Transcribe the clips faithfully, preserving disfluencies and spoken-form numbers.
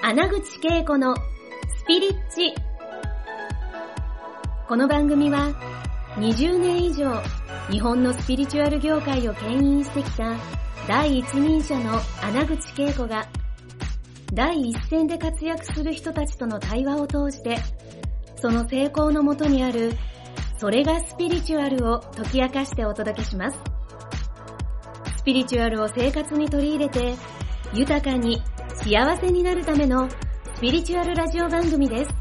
穴口恵子のスピリッチ。この番組はにじゅうねん以上日本のスピリチュアル業界を牽引してきた第一人者の穴口恵子が第一線で活躍する人たちとの対話を通してその成功のもとにあるそれがスピリチュアルを解き明かしてお届けします。スピリチュアルを生活に取り入れて豊かに幸せになるためのスピリチュアルラジオ番組です。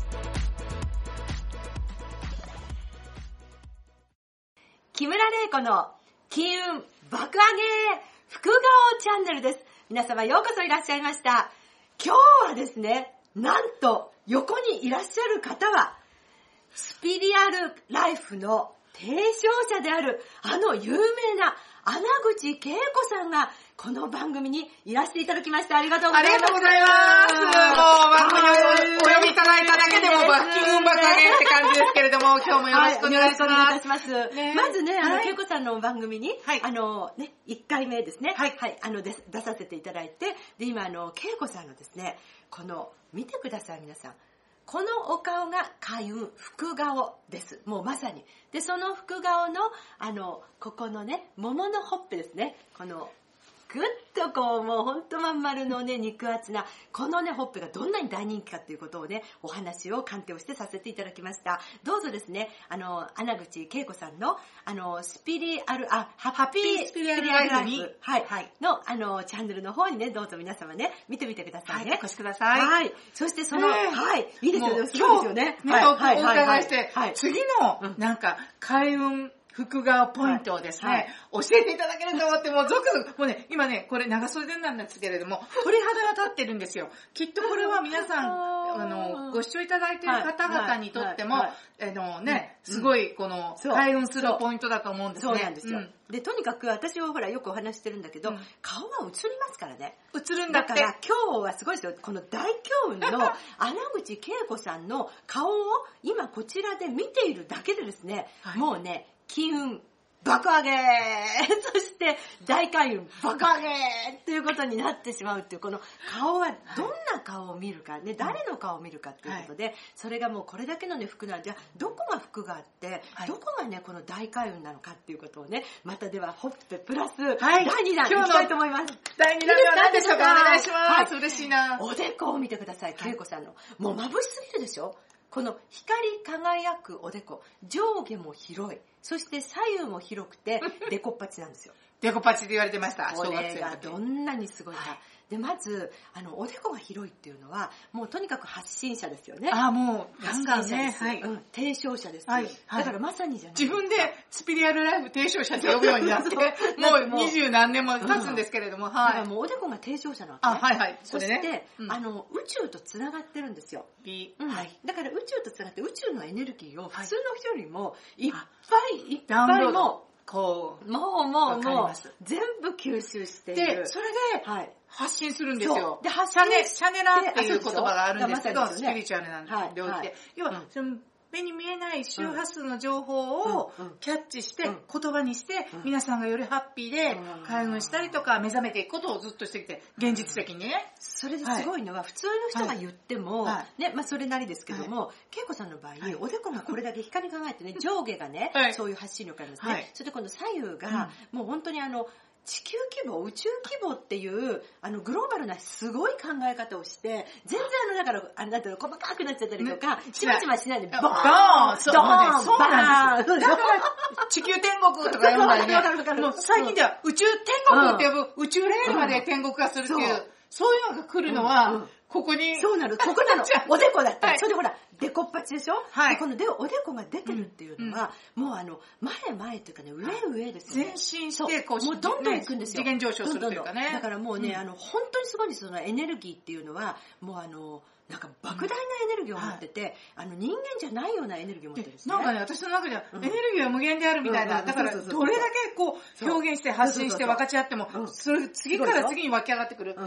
木村玲子の金運爆上げ福顔チャンネルです。皆様ようこそいらっしゃいました。今日はですね、なんと横にいらっしゃる方はスピリアルライフの提唱者であるあの有名な穴口恵子さんがこの番組にいらしていただきました。ありがとうございます。 ありがとうございます。もう番組をお読みいただいただけでも金運爆上げって感じですけれども、今日もよろしくお願いします。 はい、よろしくお願いいたします。 ね、 まずね、あの、 はい、 恵子さんの番組に、はい、あのね、いっかいめですね、 はい、 はい、あの出させていただいて、で今あの恵子さんのですね、この見てください皆さん。このお顔が開運福顔です。もうまさに。で、その福顔の、あの、ここのね、桃のほっぺですね。この、ぐっとこう、もうほんとまん丸のね、肉厚な、このね、ほっぺがどんなに大人気かっていうことをね、お話を鑑定をしてさせていただきました。どうぞですね、あの、穴口恵子さんの、あの、スピリアル、あ、ハッピースピリアルライフに、はい、はい、の、あの、チャンネルの方にね、どうぞ皆様ね、見てみてくださいね。 はい、お越しください。 はい。そしてその、 えー、 はい、いいですよね、 今日、 すごいですよね。 ね、 はい、 お伺いして、 はい、 次の、なんか、開運、福顔ポイントをですね、はい、教えていただけると思って、もうゾクゾク、もうね、今ね、これ長袖なんですけれども、鳥肌が立ってるんですよ。きっとこれは皆さん、あの、ご視聴いただいている方々にとっても、あのね、すごい、この、開運するポイントだと思うんですね。 そうなんですよ。うん、で、とにかく私はほら、よくお話してるんだけど、うん、顔は映りますからね。 映るんだって。 だから今日はすごいですよ。この大強運の穴口恵子さんの顔を今こちらで見ているだけでですね、はい、もうね、金運爆上げそして大開運爆上げということになってしまうっていう、この顔はどんな顔を見るかね、誰の顔を見るかっていうことで、はい、それがもうこれだけのね服なんで、どこが服があって、はい、どこがねこの大開運なのかっていうことをね、またではホッペプラスだいにだんいきたいと思います。 だいにだんは何でしょうか。お願いします。はい、嬉しいな。 おでこを見てください、恵子さんの。もう眩しすぎるでしょ。この光り輝くおでこ、上下も広い、そして左右も広くてデコッパチなんですよ。 デコパチって言われてました。 これがどんなにすごいか。はい、でまずあのおでこが広いっていうのはもうとにかく発信者ですよね。 ああ、もう発信者です、ね、はい、うん、提唱者です、はい、だからまさにじゃないですか。 自分でスピリアルライフ提唱者って呼ぶようになってもう二十何年も経つんですけれども、うん、はい、 だからもうおでこが提唱者なわけ、ね、 あ、はいはい。 そして、ね、うん、あの宇宙とつながってるんですよ。うん、はい、だから宇宙とつながって宇宙のエネルギーを普通の人よりもいっぱいいっぱいもこう、もうもうもう、全部吸収している。 で、それで、発信するんですよ。 で、 発信シャネラーっていう言葉があるんですけど、スピリチュアルな領域で。要は、その目に見えない周波数の情報をキャッチして、言葉にして、皆さんがよりハッピーで開運したりとか目覚めていくことをずっとしてきて、現実的にね。 それですごいのは、普通の人が言っても、ね、まあそれなりですけども、恵子さんの場合、おでこがこれだけ光り輝いてね、上下がね、そういう発信力あるんですね。それでこの左右が、もう本当にあの、地球規模、宇宙規模っていう、あの、グローバルなすごい考え方をして、全然あの、だから、あの、なんていうの、細かくなっちゃったりとか、ちまちましないで、ボーンドーンバーンそうなんです。だから、地球天国とか呼んだりね、もう最近では宇宙天国って呼ぶ、宇宙レールまで天国化するっていう、そういうのが来るのは、ここに。 そうなの、ここなの。おでこだったら、それでほら、デコッパチでしょ。はい。このおでこが出てるっていうのは、もうあの、前前というかね、上上ですよね。 前進して、こう、 もうどんどん行くんですよ。 次元上昇するというかね。 だからもうね、あの、本当にすごいんですよ。そのエネルギーっていうのは、もうあの、なんか莫大なエネルギーを持ってて、あの人間じゃないようなエネルギーを持ってるんですね。 なんかね、私の中ではエネルギーは無限であるみたいな。だから、どれだけこう、表現して発信して分かち合っても、それ次から次に湧き上がってくる。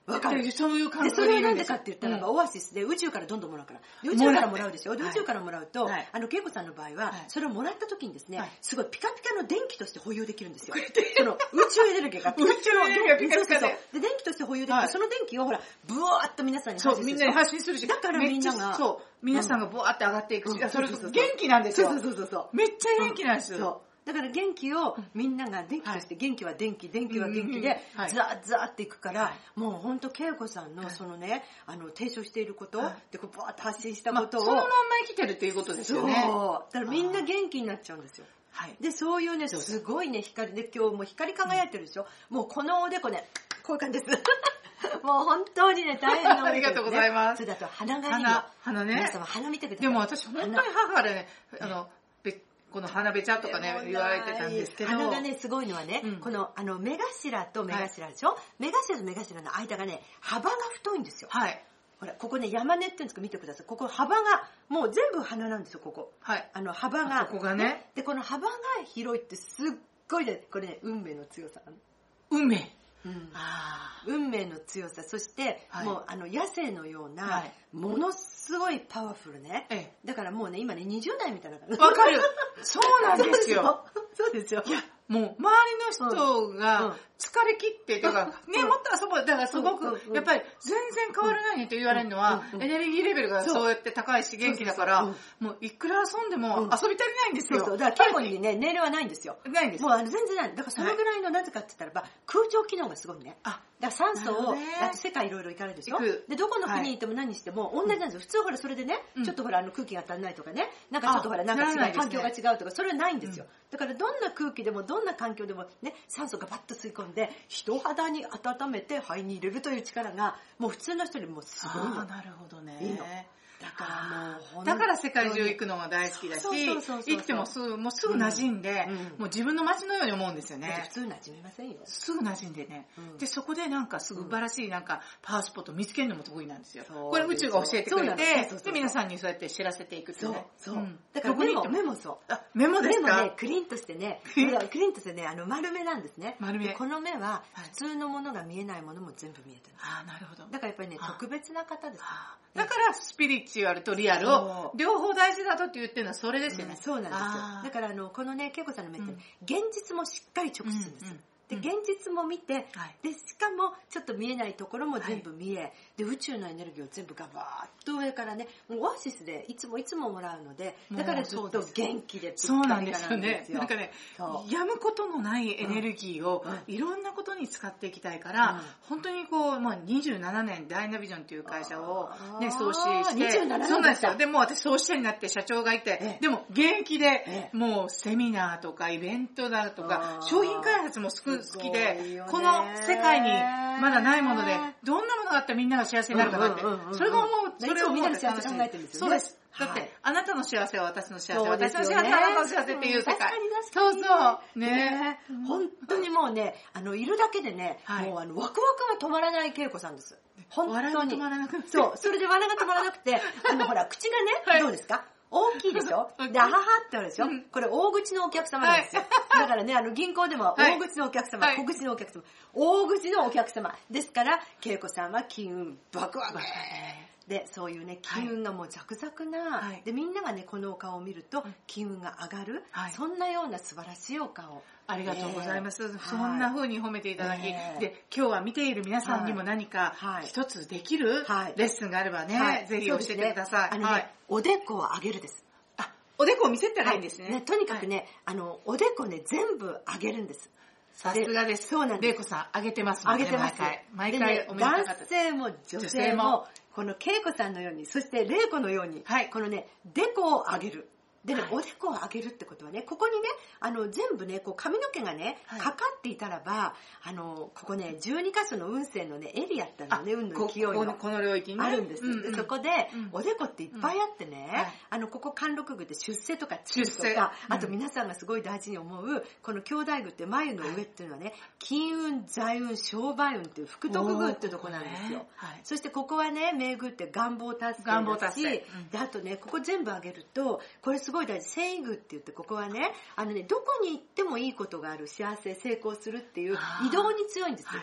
わかる。 そういう感で、それはなんで覚でいるんですかって言ったら、 うんオアシスで宇宙からどんどんもらうから。で宇宙からもらうでしょ。で、 はい宇宙からもらうと、 はいあの、恵子さんの場合は、 はいそれをもらった時にですね、 はいすごいピカピカの電気として保有できるんですよ。その、宇宙エネルギーがピカピカ宇宙エネルギーがピカピカでそうそうそう。で、電気として保有できて、 はいその電気をほら、ブワーっと皆さんにそう、 発信するでしょみんなに発信するし。 だからみんながめっちゃそう、皆さんがボワーって上がっていくし、 うんそれそうそうそう元気なんですよ。 そうそうそうそう。 めっちゃ元気なんですよ。 そう。だから元気をみんなが電気として、元気は電気、電気は元気でうんはい、 ザーザーっていくから、 はいもう本当恵子さんのそのね、あの、提唱していること、 はいで、こう、バーッと発信したまあ、 ことを、 そのまんま生きてるっていうことですそう。 よね。 だからみんな元気になっちゃうんですよ。 はい。 で、そういうね、すごいね、光で、今日も光り輝いてるでしょ。もうこのおでこね、こういう感じです。もう本当にね、大変なおでこですね。 ありがとうございますそれだと鼻がいいの。 鼻、鼻ね。 皆様鼻見てください。 でも私本当に母からね、あの、べこの鼻べちゃとかね、言われてたんですけど。 鼻がね、すごいのはね、 うんこの、あの、目頭と目頭でしょ、目頭と目頭の間がね、幅が太いんですよ。 はい。 ほら、ここね、山根って言うんですか、見てください。ここ幅が、もう全部鼻なんですよ、ここ。 はい。 あの、幅が。 ここがね。 で、この幅が広いってすっごいね、これね、運命の強さなの。 運命。 うんあ運命の強さ、そして、 はいもうあの野生のような、 はいものすごいパワフルね、 ええだからもうね今ねにじゅう代みたいな感じ。 わかる。そうなんですよ。 そうですよ。 いや、もう周りの人うんが疲れ切って、だから、ね、もっと遊ぼう。だからすごくうんうんう、んやっぱり全然変わらないねと言われるのはうんう、んエネルギーレベルがそうやって高いし元気だからそうそう、 もういくら遊んでもうん遊び足りないんですよ。 そうそうだから稽古にね年齢はないんですよ。 ないんですもうあの全然ない。だからそのぐらいのなぜかって言ったらば、空調機能がすごいね。 あ、 だから酸素を、 なるほどねだって世界いろいろ行かれるでしょ行くで、どこの国に行っても何にしても同じなんですよ。普通ほらそれでね、 うんちょっとほらあの空気が足んないとかね、なんかちょっとほらなんか違う、 ならないですね環境が違うとか、それはないんですよ。だからどんな空気でもどんな環境でもね、酸素がバッと吸い込んで、人肌に温めて肺に入れるという力が、もう普通の人よりもすごいの。 あーなるほどね。 いいのだからもう本当にだから世界中行くのが大好きだし、 そうそうそうそう行ってもすぐ、もうすぐ馴染んで、 うんうんもう自分の街のように思うんですよねだって普。通馴染めませんよ。 すぐ馴染んでね、 うんで、そこでなんか素晴らしいなんかパワースポット見つけるのも得意なんですよ。 そうこれ宇宙が教えてくれそうなのそうてそうそう、 で、皆さんにそうやって知らせていくってそうね。 そう、 んだから目もどこに行っても目もそうあ、メモですか目もねクリンとしてねクリンとしてねあの丸目なんですね。 丸目でこの目ははい普通のものが見えないものも全部見えてる。 あーなるほど。 だからやっぱりねあ特別な方です。 あーだからスピリチュアルとリアルをそう両方大事だとって言ってるのはそれですよね。 うんそうなんですよ。 あーだからあのこのね恵子さんの目って、 うん現実もしっかり直視するんですよ。 うんうんでうん現実も見て、 はいでしかもちょっと見えないところも全部見え、で宇宙のエネルギーを全部ガバーッと上からねもうオアシスでいつもいつももらうので、だからずっと元気でピそうッカピカなんですよね。 なんですよ。 なんかねそう、 やむことのないエネルギーをうんいろんなことに使っていきたいから、 うん本当にこう、まあ、にじゅうななねんダイナビジョンっていう会社を、ね、 あー創始して、 にじゅうななねんそうなんですよ。 だったでも私創始者になって社長がいて、 ええでも現役で、 えもうセミナーとかイベントだとかあ、ー商品開発も好きすごいで、 よねこの世界にまだないもので、どんなものがあったらみんなが幸せになるかなって、 うんうんうんうんそれが思う、それを思ういつもみんなの幸せ考えてるんですよねそうです。だって、 はいあなたの幸せは私の幸せ、 そうですよね私の幸せはあなたの幸せっていう世界。 確かに確かそうにそう。ねね本当にもうねあのいるだけでね、 はいもうあのワクワクが止まらない恵子さんです。本笑いが当に止まらなくなってそうそれで笑いが止まらなくてあのほら口がね、 はいどうですか大きいでしょ大きいで、あははってあるでしょ、 うんこれ大口のお客様なんですよ。 はいだからね、あの銀行でもはい大口のお客様、 はい小口のお客様、大口のお客様。ですから、恵子さんは金運爆上げ。で、そういうね、金運がもうザクザクな、 はいで、みんながね、このお顔を見ると、金運が上がる、 はいそんなような素晴らしいお顔。 ありがとうございます。 えーそんな風に褒めていただき、 えーで、今日は見ている皆さんにも何かはい一つできるはいレッスンがあればね、 はいぜひ教えてください。 そうですねあのね、 はい。 おでこを上げるです。 あ、おでこを見せたらいいんですね。 ね、とにかくね、あの、おでこね、全部上げるんです。 さすがです。 そうなんです。 れいこさん、上げてますもんね。 上げてます。 毎回。毎でね回おめでたかった男性も女女性も性も、 この恵子さんのように、そして玲子のように、 はいこのね、デコを上げる。でね、 はいおでこを上げるってことはね、ここにね、あの、全部ね、こう髪の毛がね、 はいかかっていたらば、あの、ここね、じゅうに箇所の運勢のね、エリアってあるのね、運のこ勢いの。 このこの領域にねあるんです、 うんうんでそこで、 うんおでこっていっぱいあってね、 はいあのここ貫禄具って出世とか出世地とか、 うんあと皆さんがすごい大事に思うこの兄弟具って眉の上っていうのはね、金運財運商売運っていう福徳具っていうとこなんですよ、 はい。 そしてここはね名具って願望達成だし願望達成うんであとねここ全部上げるとこれすごい大事繊維具って言ってここはねあのねどこに行ってもいいことがある幸せ成功するっていうあー移動に強いんですよ、 はい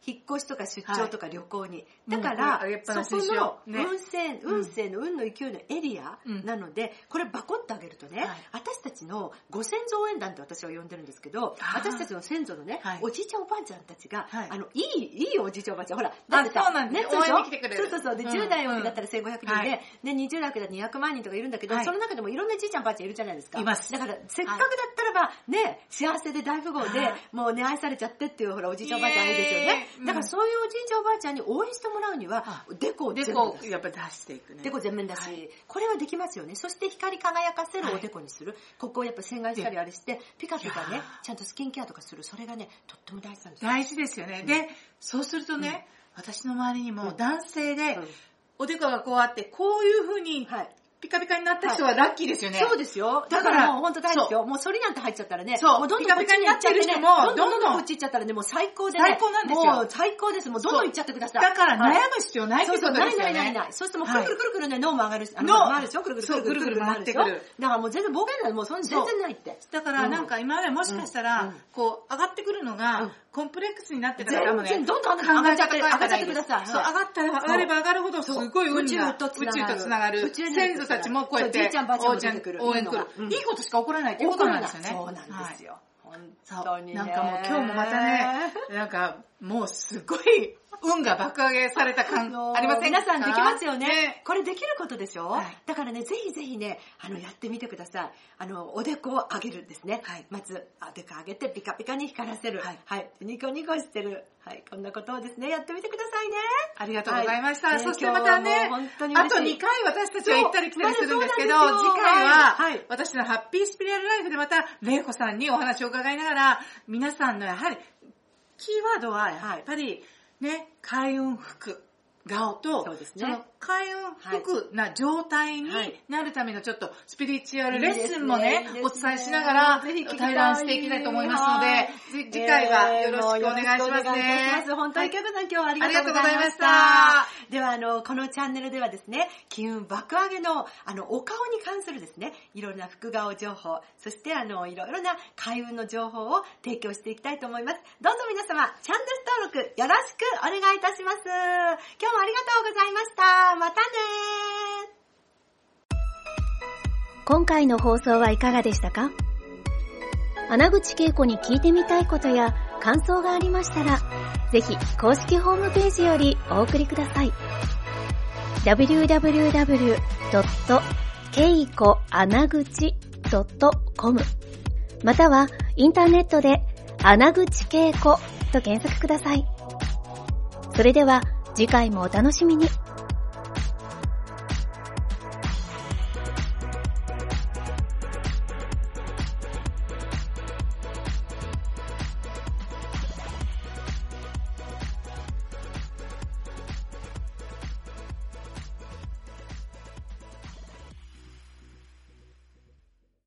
引っ越しとか出張とか旅行に。だから、そこの運勢、運勢の運の勢いのエリアなので、これバコッとあげるとね、私たちのご先祖応援団って私は呼んでるんですけど、私たちの先祖のね、おじいちゃんおばあちゃんたちが、あの、いい、いいおじいちゃんおばあちゃん、ほら、だってさ、ね、応援に来てくれる。そうそうそう。で、じゅう代だったらせんごひゃくにんで、で、にじゅう代だったらにひゃくまんにんとかいるんだけど、その中でもいろんなじいちゃんばあちゃんいるじゃないですか。 います。 だから、せっかくだったらば、ね、幸せで大富豪で、もうね、愛されちゃってっていう、ほら、おじいちゃんおばあちゃんいいですよね。だから、そういうおじいちゃんおばあちゃんに応援してもらうには、デコを全部出す。 デコをやっぱり出していくね。 デコ全面だし、これはできますよね。そして光り輝かせるおデコにする。ここをやっぱ洗顔したりあれして、ピカピカね、ちゃんとスキンケアとかする。それがね、とっても大事なんですよ。 大事ですよね。で、そうするとね、私の周りにも男性で、おでこがこうあって、こういう風に、ピカピカになった人はラッキーですよね。 そうですよ。だからもう本当大事ですよ。もう反りなんて入っちゃったらね、 そう。 もうどんどんピカピカになってる人も、 どんどんどんこっち行っちゃったらね、もう最高でね。 最高なんですよ。 もう最高です。もうどんどん行っちゃってください。 だから悩む必要ないってことですよね。 ないないないない。そうするともうくるくるくるくるね、脳も上がるし、 脳回るでしょ、くるくるくるくるくる回ってくる。だからもう全然暴言ない、もうそんな全然ないって。 だからなんか今までもしかしたら、こう上がってくるのが、コンプレックスになってたからもね、 どんどん上がっちゃって、上がっちゃってください。 そう、上がったら上がれば上がるほど、すごい運が宇宙とつながる。先祖たちもこうやって、 じいちゃんばあちゃんも出てくる。 応援来る。いいことしか起こらないってことなんですよね。 そうなんですよ。本当にね。 なんかもう今日もまたね、なんかもうすごい運が爆上げされた感ありませんか？ 皆さんできますよね。これできることでしょ？だからね、ぜひぜひね、あの、やってみてください。あの、おでこを上げるんですね。まず、おでこ上げてピカピカに光らせる。はい。ニコニコしてる。はい。こんなことをですね、やってみてくださいね。 ありがとうございました。そしてまたね、あとにかい私たちは行ったり来たりするんですけど、次回は、私のハッピースピリアルライフでまた、れいこさんにお話を伺いながら、皆さんのやはり、キーワードはやっぱり、ね、開運福顔と、 そうですね、 その開運福な状態になるためのちょっとスピリチュアルレッスンもね、お伝えしながら対談していきたいと思いますので、次回はよろしくお願いしますね。 本当にケイコさん今日はありがとうございました。では、あの、このチャンネルではですね、金運爆上げの、あの、お顔に関するですね、いろんな福顔情報、そしてあの、いろいろな開運の情報を提供していきたいと思います。どうぞ皆様、チャンネル登録よろしくお願いいたします。今日もありがとうございました。またねー。 今回の放送はいかがでしたか？穴口恵子に聞いてみたいことや感想がありましたら、ぜひ公式ホームページよりお送りください。ダブリューダブリューダブリュードットケイコアナグチドットコム またはインターネットで穴口恵子と検索ください。それでは次回もお楽しみに。